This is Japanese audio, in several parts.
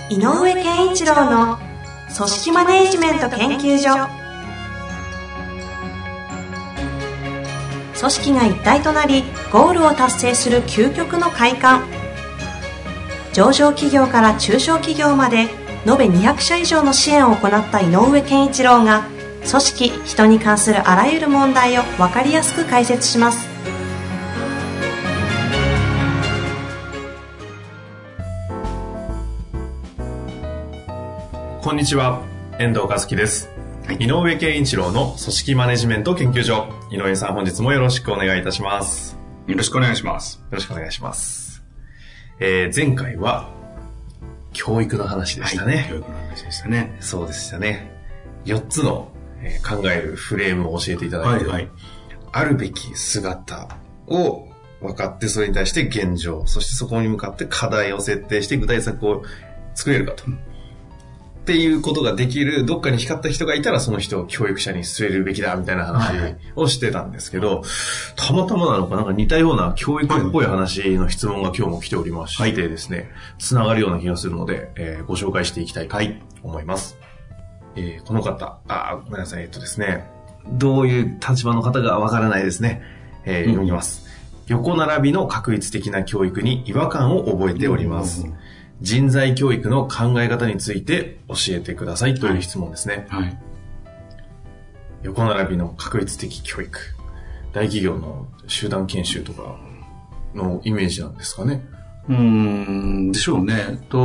井上健一郎の組織マネジメント研究所。組織が一体となりゴールを達成する究極の快感。上場企業から中小企業まで延べ200社以上の支援を行った井上健一郎が、組織・人に関するあらゆる問題を分かりやすく解説します。 こんにちは、遠藤和樹です。井上健一郎の組織マネジメント研究所。井上さん、本日もよろしくお願いいたします。 よろしくお願いします。 よろしくお願いします。前回は教育の話でしたね。 はい、教育の話でしたね。 そうでしたね。4つの考えるフレームを教えていただいて、あるべき姿を分かって、それに対して現状、そしてそこに向かって課題を設定して具体策を作れるかと。っていうことができる、どっかに光った人がいたらその人を教育者に据えるべきだみたいな話をしてたんですけど、たまたまなのかなんか似たような教育っぽい話の質問が今日も来ておりましてですね、つながるような気がするので、ご紹介していきたいと思います。この方、ごめんなさい、ですね、どういう立場の方がわからないですね。読みます。横並びの画一的な教育に違和感を覚えております。人材教育の考え方について教えてくださいという質問ですね。はい、横並びの画一的教育。大企業の集団研修とかのイメージなんですかね。 でしょうね。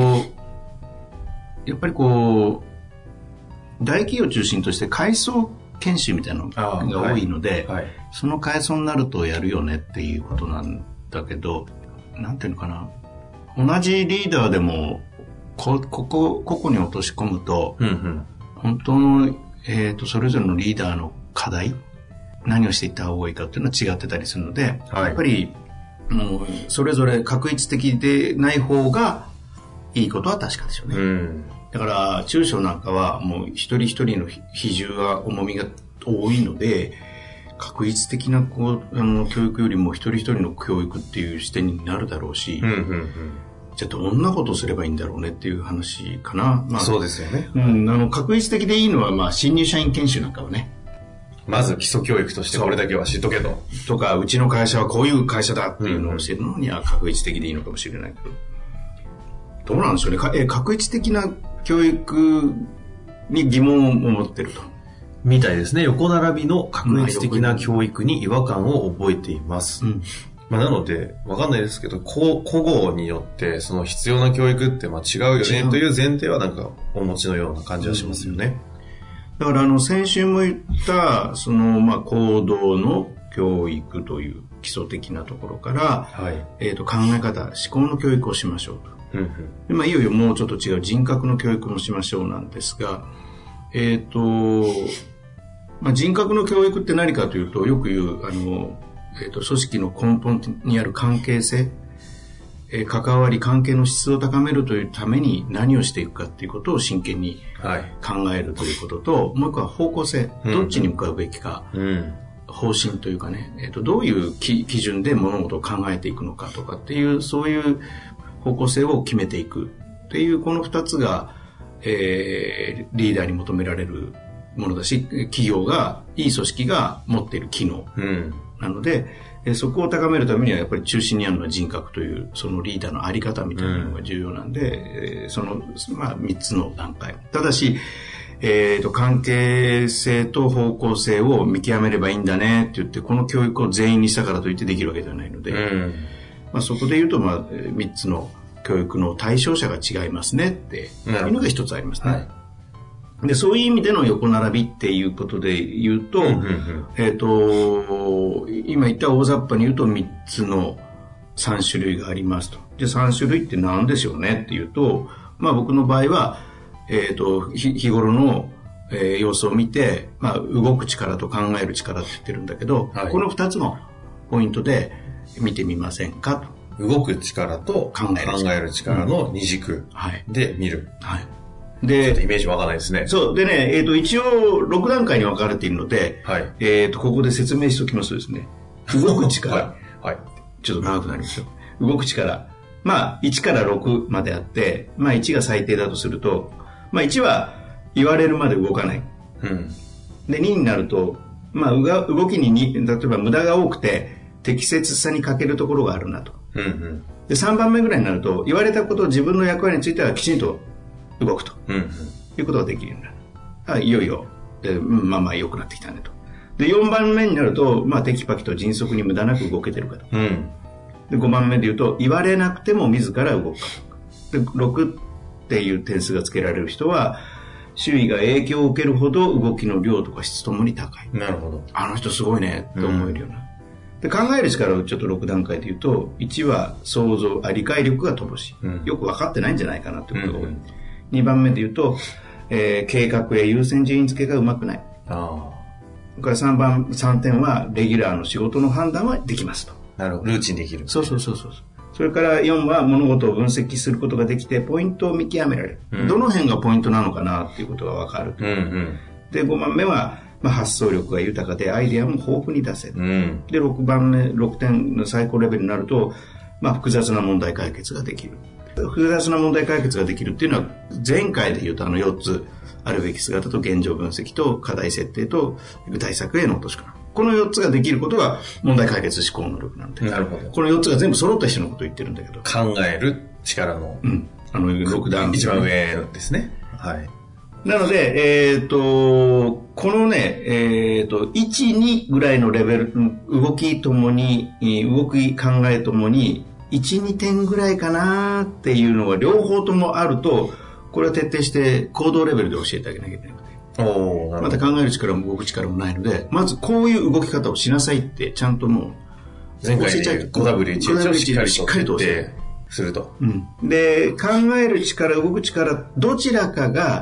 やっぱりこう、大企業を中心として階層研修みたいなのが多いので、その階層になるとやるよねっていうことなんだけど、なんていうのかな。同じリーダーでも個々に落とし込むと、本当の、それぞれのリーダーの課題、何をしていった方がいいかっていうのは違ってたりするので、やっぱりそれぞれ画一的でない方がいいことは確かでしょうね。だから中小なんかはもう一人一人の比重が重みが多いので、画一的な教育よりも一人一人の教育っていう視点になるだろうし、じゃあどんなことをすればいいんだろうねっていう話かな。 そうですよね。 画一的でいいのは、新入社員研修なんかはね。 まず基礎教育としてこれだけは知っとけと。 とか、うちの会社はこういう会社だっていうのを教えるのには画一的でいいのかもしれないけど。どうなんでしょうね。画一的な教育に疑問を持ってると。 みたいですね。横並びの画一的な教育に違和感を覚えています。なので、わかんないですけど、個々によって、その必要な教育って違うよねという前提はなんかお持ちのような感じはしますよね。 だから先週も言った、行動の教育という基礎的なところから、考え方、思考の教育をしましょうと。でいよいよもうちょっと違う人格の教育もしましょうなんですが、人格の教育って何かというと、よく言う、組織の根本にある関係性、関わり関係の質を高めるというために何をしていくかということを真剣に考えるということと、もう一個は方向性、どっちに向かうべきか、方針というかね、どういう基準で物事を考えていくのかとかっていう、そういう方向性を決めていくっていう、この二つが、リーダーに求められるものだし、企業が、いい組織が持っている機能なので、そこを高めるためにはやっぱり中心にあるのは人格というそのリーダーのあり方みたいなのが重要なんで、その3つの段階。ただし、関係性と方向性を見極めればいいんだねって言って、この教育を全員にしたからといってできるわけではないので、そこで言うと3つの教育の対象者が違いますねっていうのが一つありますね。で、そういう意味での横並びっていうことで言うと、今言った大雑把に言うと3つの3種類がありますと。で、3種類って何でしょうねっていうと、僕の場合は、日頃の、様子を見て、動く力と考える力って言ってるんだけど、この2つのポイントで見てみませんかと。 動く力と考える力の二軸で見る。で、ちょっとイメージわかんないですね。 そう。でね、一応6段階に分かれているので、ここで説明しておきますとですね、動く力。ちょっと長くなりますよ。動く力、 まあ1から6まであって、まあ1が最低だとすると、まあ1は言われるまで動かない。うん、で2になると、まあ動きに例えば無駄が多くて適切さに欠けるところがあるなと。うんうん、で3番目ぐらいになると、言われたことを自分の役割についてはきちんと動くと、うんうん、いうことができるようになる。いよいよで、まあまあ良くなってきたねと。で4番目になると、まあ、テキパキと迅速に無駄なく動けてるかと、うん、で5番目で言うと、言われなくても自ら動くかと。で6っていう点数がつけられる人は、周囲が影響を受けるほど動きの量とか質ともに高い。 なるほど。 あの人すごいねって思えるような、うん、で考える力をちょっと6段階で言うと、1は想像理解力が乏しい、うん、よく分かってないんじゃないかなってことが多い、うんうん、2番目で言うと、計画や優先順位付けがうまくない。それから3点はレギュラーの仕事の判断はできますと。 なるほど。ルーチンできる。 そう。それから4は物事を分析することができて、ポイントを見極められる、うん、どの辺がポイントなのかなっていうことが分かる、うんうん、で5番目は、まあ、発想力が豊かでアイデアも豊富に出せる、うん、で6番目6点の最高レベルになると、まあ、複雑な問題解決ができる。複雑な問題解決ができるっていうのは、前回で言うと4つあるべき姿と現状分析と課題設定と具体策への落とし込み、この4つができることが問題解決思考能力なんで。 なるほど。 この4つが全部揃った人のことを言ってるんだけど、 考える力の、 うん、6段一番上ですね。はい。 なので、このね、1、2ぐらいのレベル、動きともに、考えともに、1、2点ぐらいかなっていうのが両方ともあると、これは徹底して行動レベルで教えてあげなきゃいけないので。また考える力も動く力もないので、まずこういう動き方をしなさいってちゃんともう前回で 5W1 をしっかりとってすると、 うん、で考える力動く力どちらかが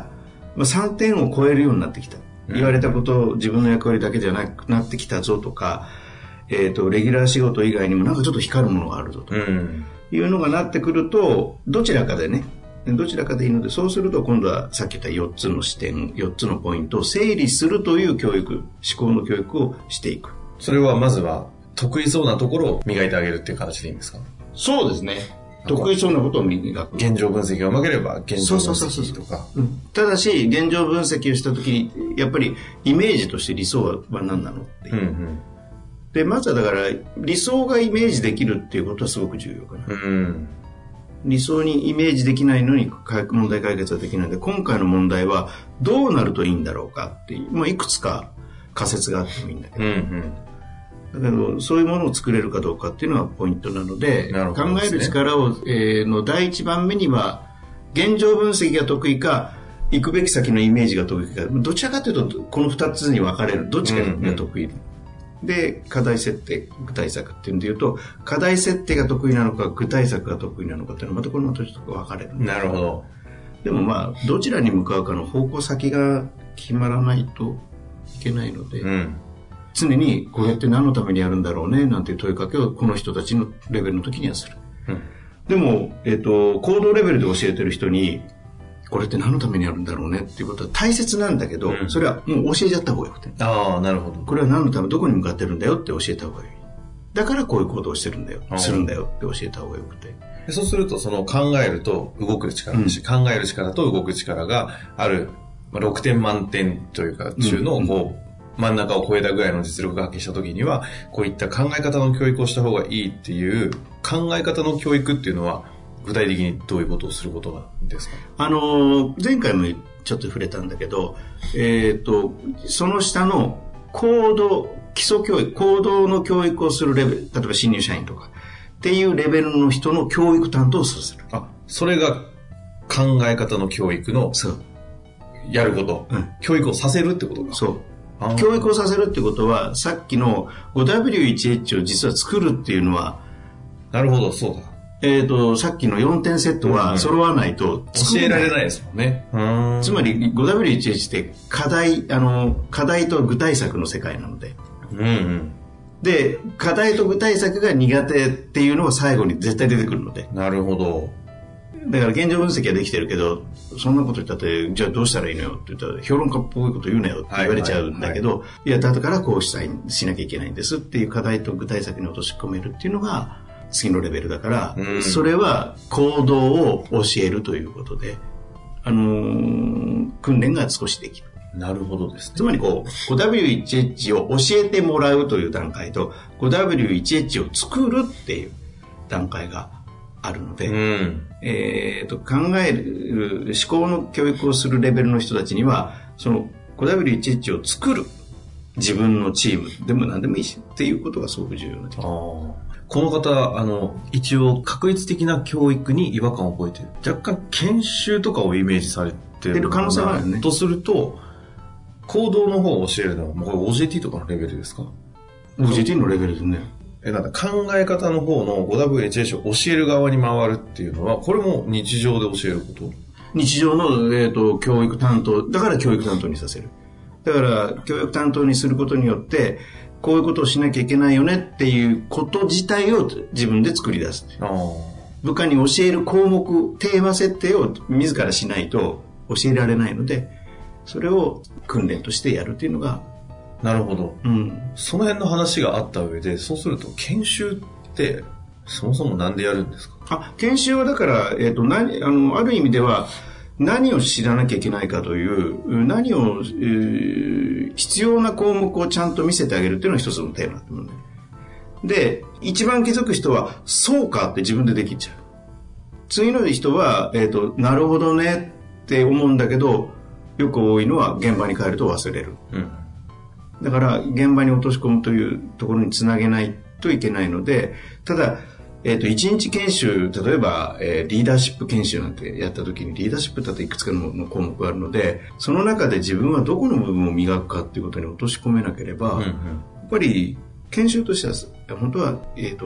3点を超えるようになってきた、うん、言われたことを自分の役割だけじゃなくなってきたぞとか、レギュラー仕事以外にもなんかちょっと光るものがあるぞとか、うん、いうのがなってくると、どちらかでね、どちらかでいいので、そうすると今度はさっき言った4つの視点、4つのポイントを整理するという教育、思考の教育をしていく。 それはまずは得意そうなところを磨いてあげるっていう形でいいんですか？ そうですね。得意そうなことを磨く。 現状分析がうまければ現状分析とか。 ただし、現状分析をしたときに、やっぱりイメージとして理想は何なのっていう。うんうん、で、まずはだから理想がイメージできるっていうことはすごく重要かな。うん理想にイメージできないのに問題解決はできないので、今回の問題はどうなるといいんだろうかっていう、いくつか仮説があってもいいんだけど、うんうん、だけどそういうものを作れるかどうかっていうのはポイントなので、考える力を、の第一番目には現状分析が得意か行くべき先のイメージが得意か、どちらかというとこの2つに分かれる、どっちかが得意、うんうんで課題設定具体策っていうんで言うと、課題設定が得意なのか具体策が得意なのかっていうのはまたこれもちょっと分かれる。 なるほど。 でもどちらに向かうかの方向先が決まらないといけないので、うん、常にこうやって何のためにやるんだろうねなんていう問いかけをこの人たちのレベルの時にはする、うん、でも、行動レベルで教えてる人にこれって何のためにやるんだろうねっていうことは大切なんだけど、うん、それはもう教えちゃった方がよくて、 ああなるほど、 これは何のためどこに向かってるんだよって教えた方がいい。だからこういう行動をしてるんだよするんだよって教えた方がよくて、 そうするとその考えると動く力だし、考える力と動く力がある、6点満点というか中のこう、真ん中を超えたぐらいの実力が発揮した時にはこういった考え方の教育をした方がいいっていう考え方の教育っていうのは具体的にどういうことをすることなんですか？ 前回もちょっと触れたんだけど、その下の基礎教育、行動の教育をするレベル、例えば新入社員とかっていうレベルの人の教育担当をする。 それが考え方の教育のやること、うん、教育をさせるってことか。 そう。教育をさせるってことは、さっきの 5W1H を実は作るっていうのは、 なるほど、そうだ。 さっきの4点セットは揃わないと教えられないですもんね。 つまり 5W1H って課題と具体策の世界なので、うんうん、で課題と具体策が苦手っていうのは最後に絶対出てくるので。 なるほど。 だから現状分析はできてるけど、そんなこと言ったってじゃあどうしたらいいのよって言ったら評論家っぽいこと言うなよって言われちゃうんだけど、いやだからこうしなきゃいけないんですっていう課題と具体策に落とし込めるっていうのが次のレベルだから、それは行動を教えるということで、訓練が少しできる。 なるほどですね。 つまり5W1H を教えてもらうという段階と 5W1H を作るっていう段階があるので、考える思考の教育をするレベルの人たちにはその 5W1H を作る自分のチームでも何でもいいしっていうことがすごく重要な点。 この方一応確率的な教育に違和感を覚えている。若干研修とかをイメージされてる可能性はあるね。 とすると行動の方を教えるのはもう OJT とかのレベルですか？ OJT のレベルですね。 なんだ考え方の方の 5WHH を教える側に回るっていうのはこれも日常で教えること？ 日常の、教育担当だから教育担当にさせる。だから教育担当にすることによってこういうことをしなきゃいけないよねっていうこと自体を自分で作り出す。部下に教える項目テーマ設定を自らしないと教えられないのでそれを訓練としてやるっていうのが。 なるほど、その辺の話があった上でそうすると研修ってそもそもなんでやるんですか？ 研修はだから、ある意味では何を知らなきゃいけないかという何を、必要な項目をちゃんと見せてあげるっていうのが一つのテーマだと思うね。で一番気づく人はそうかって自分でできちゃう。次の人は、なるほどねって思うんだけどよく多いのは現場に帰ると忘れる、だから現場に落とし込むというところにつなげないといけないので、ただ、1日研修、例えば、リーダーシップ研修なんてやった時にリーダーシップだといくつかの項目があるのでその中で自分はどこの部分を磨くかっていうことに落とし込めなければ、やっぱり研修としては本当は、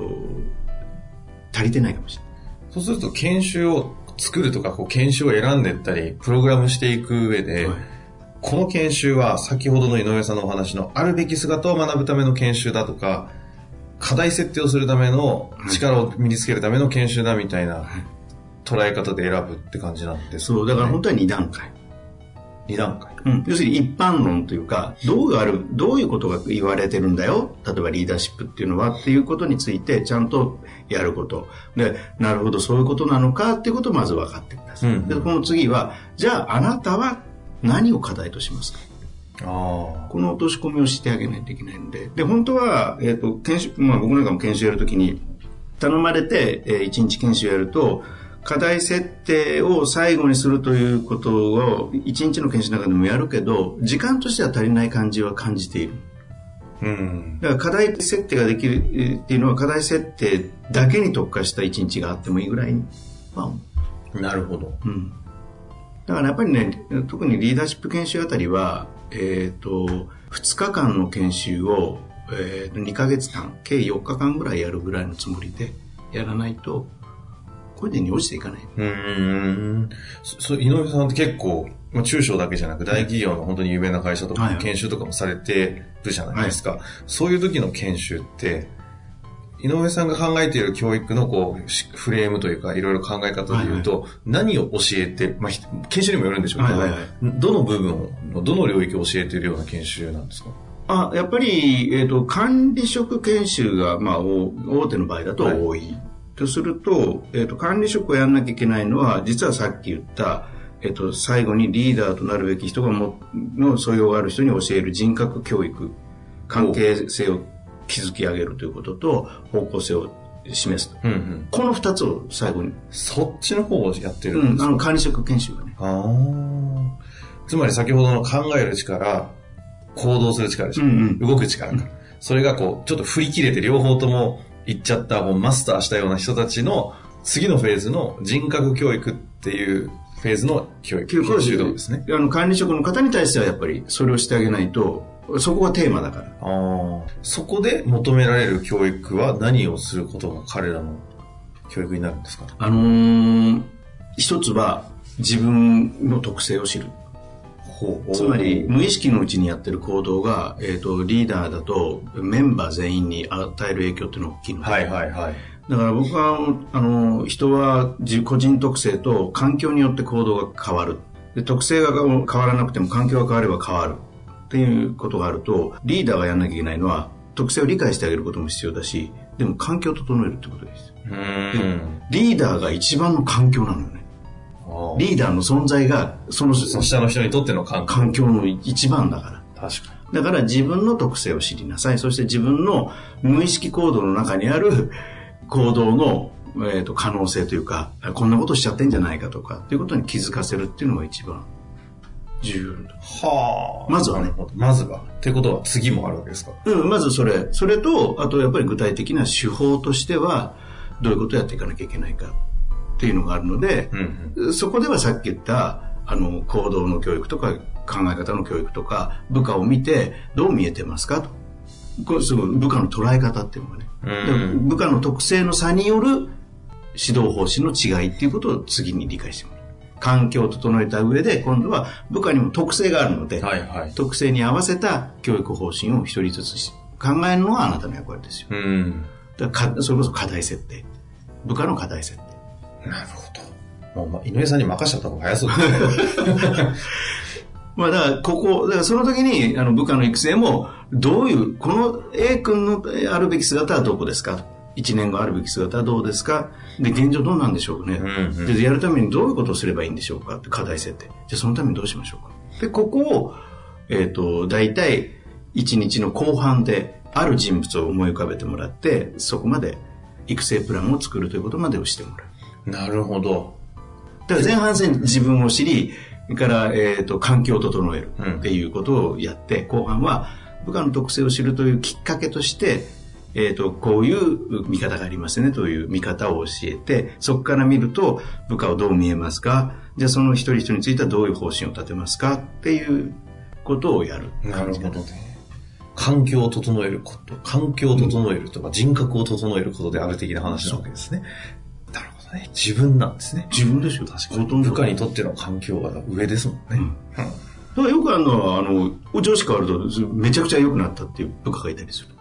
足りてないかもしれない。 そうすると研修を作るとか研修を選んでいったりプログラムしていく上で、この研修は先ほどの井上さんのお話のあるべき姿を学ぶための研修だとか課題設定をするための力を身につけるための研修だみたいな捉え方で選ぶって感じなんですかね。 そうだから本当は2段階、要するに一般論というかどういうことが言われてるんだよ、例えばリーダーシップっていうのはっていうことについてちゃんとやることで、なるほどそういうことなのかっていうことをまず分かってください、でこの次はじゃああなたは何を課題としますか、この落とし込みをしてあげないといけないので、本当は、研修、僕なんかも研修やるときに頼まれて、1日研修やると課題設定を最後にするということを1日の研修の中でもやるけど時間としては足りない感じは感じている、だから課題設定ができるっていうのは課題設定だけに特化した1日があってもいいぐらいに、 なるほど、 だからやっぱりね特にリーダーシップ研修あたりは、2日間の研修を、2ヶ月間計4日間ぐらいやるぐらいのつもりでやらないとこれでに落ちていかない。 井上さんって結構、中小だけじゃなく大企業の本当に有名な会社とか研修とかもされてるじゃないですか、そういう時の研修って井上さんが考えている教育のフレームというかいろいろ考え方でいうと、何を教えて、研修にもよるんでしょうけど、どの部分のどの領域を教えているような研修なんですか？ やっぱり、管理職研修が、大手の場合だと多い、とすると、管理職をやんなきゃいけないのは実はさっき言った、最後にリーダーとなるべき人の素養がある人に教える人格教育、関係性を築き上げるということと方向性を示すと、この2つを最後にそっちの方をやってるんですか？ 管理職研修がね。 つまり先ほどの考える力、行動する力でしょ、動く力か、それがちょっと振り切れて両方ともいっちゃったマスターしたような人たちの次のフェーズの人格教育っていうフェーズの教育研修ですね。 管理職の方に対してはやっぱりそれをしてあげないとそこがテーマだから。 そこで求められる教育は何をすることが彼らの教育になるんですか？ 一つは自分の特性を知る。つまり無意識のうちにやってる行動が、リーダーだとメンバー全員に与える影響っていうのが大きいので、だから僕は人は個人特性と環境によって行動が変わる。で特性が変わらなくても環境が変われば変わるっていうことがあると、リーダーがやんなきゃいけないのは特性を理解してあげることも必要だし、 でも環境を整えるってことです。リーダーが一番の環境なのよね。リーダーの存在がその下の人にとっての環境の一番だから。 確かに。だから自分の特性を知りなさい。そして自分の無意識行動の中にある行動の、可能性というか、こんなことしちゃってんじゃないかとかっていうことに気づかせるっていうのが一番重要だ。 はあ。 まずはね。 まずは。ってことは次もあるわけですか？ まずそれと、あとやっぱり具体的な手法としては、どういうことをやっていかなきゃいけないかっていうのがあるので、そこではさっき言った、行動の教育とか考え方の教育とか、部下を見てどう見えてますかと。これすごい部下の捉え方っていうのがね。部下の特性の差による指導方針の違いっていうことを次に理解してもらう。環境を整えた上で、今度は部下にも特性があるので、特性に合わせた教育方針を一人ずつ考えるのがあなたの役割ですよ。だからそれこそ課題設定。部下の課題設定。 なるほど。もう井上さんに任せちゃった方が早そうですね。 だからその時に部下の育成もどういう、この A 君のあるべき姿はどこですか、1年後あるべき姿はどうですか、で現状どうなんでしょうね、でやるためにどういうことをすればいいんでしょうかって課題設定。じゃあそのためにどうしましょうか。でここを大体1日の後半である人物を思い浮かべてもらって、そこまで育成プランを作るということまでをしてもらう。 なるほど。 だから前半戦自分を知り、それから、環境を整えるっていうことをやって、後半は部下の特性を知るというきっかけとして、こういう見方がありますねという見方を教えて、そこから見ると部下をどう見えますか、じゃあその一人一人についてはどういう方針を立てますかっていうことをやる。 なるほどね。環境を整えること、環境を整えるとか、人格を整えることである的な話なわけですね。なるほどね。自分なんですね。 自分ですよ。 確かに。部下にとっての環境は上ですもんね。 だからよくあるのは、上司変わるとめちゃくちゃ良くなったっていう部下がいたりする。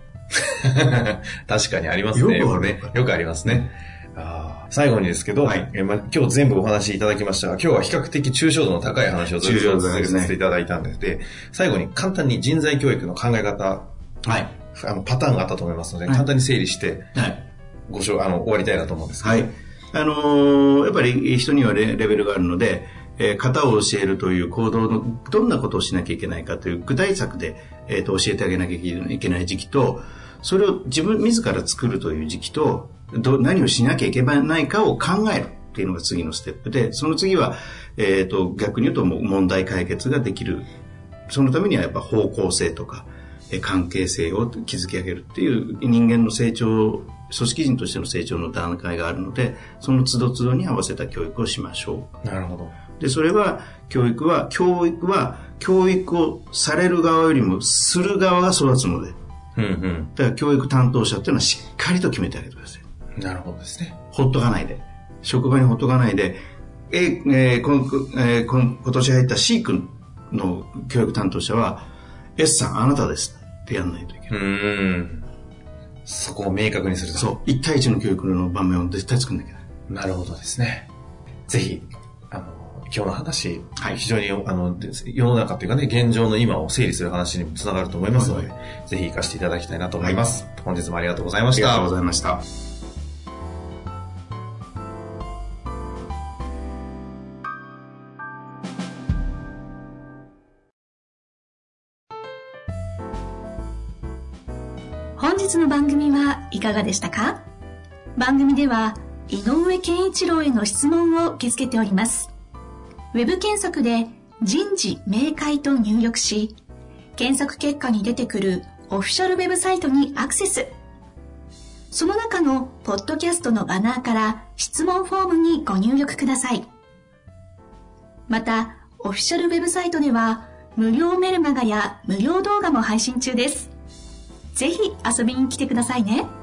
確かにありますね。よくありますね。最後にですけど、今日全部お話しいただきましたが、今日は比較的抽象度の高い話をずっと続けさせていただいたんで、最後に簡単に人材教育の考え方、パターンがあったと思いますので、簡単に整理して、終わりたいなと思うんですけど。やっぱり人にはレベルがあるので、型を教えるという行動のどんなことをしなきゃいけないかという具体策で、教えてあげなきゃいけない時期と、それを自ら作るという時期と、何をしなきゃいけないかを考えるっていうのが次のステップで、その次は、逆に言うと問題解決ができる。そのためにはやっぱ方向性とか、関係性を築き上げるっていう人間の成長、組織人としての成長の段階があるので、その都度都度に合わせた教育をしましょう。なるほど。 で、それは教育は教育をされる側よりもする側が育つので、だから教育担当者っていうのはしっかりと決めてあげてください。 なるほどですね。 ほっとかないで、職場にほっとかないで、今年入った C 君の教育担当者は S さんあなたですってやんないといけない。 そこを明確にすると。 そう、1対1の教育の場面を絶対作んなきゃいけない。 なるほどですね。ぜひ今日の話、非常に世の中というかね、現状の今を整理する話にもつながると思いますので、ぜひ活かしていただきたいなと思います。本日もありがとうございました。 ありがとうございました。 本日の番組はいかがでしたか？番組では井上健一郎への質問を受け付けております。ウェブ検索で人事明快と入力し、検索結果に出てくるオフィシャルウェブサイトにアクセス。その中のポッドキャストのバナーから質問フォームにご入力ください。また、オフィシャルウェブサイトでは無料メルマガや無料動画も配信中です。ぜひ遊びに来てくださいね。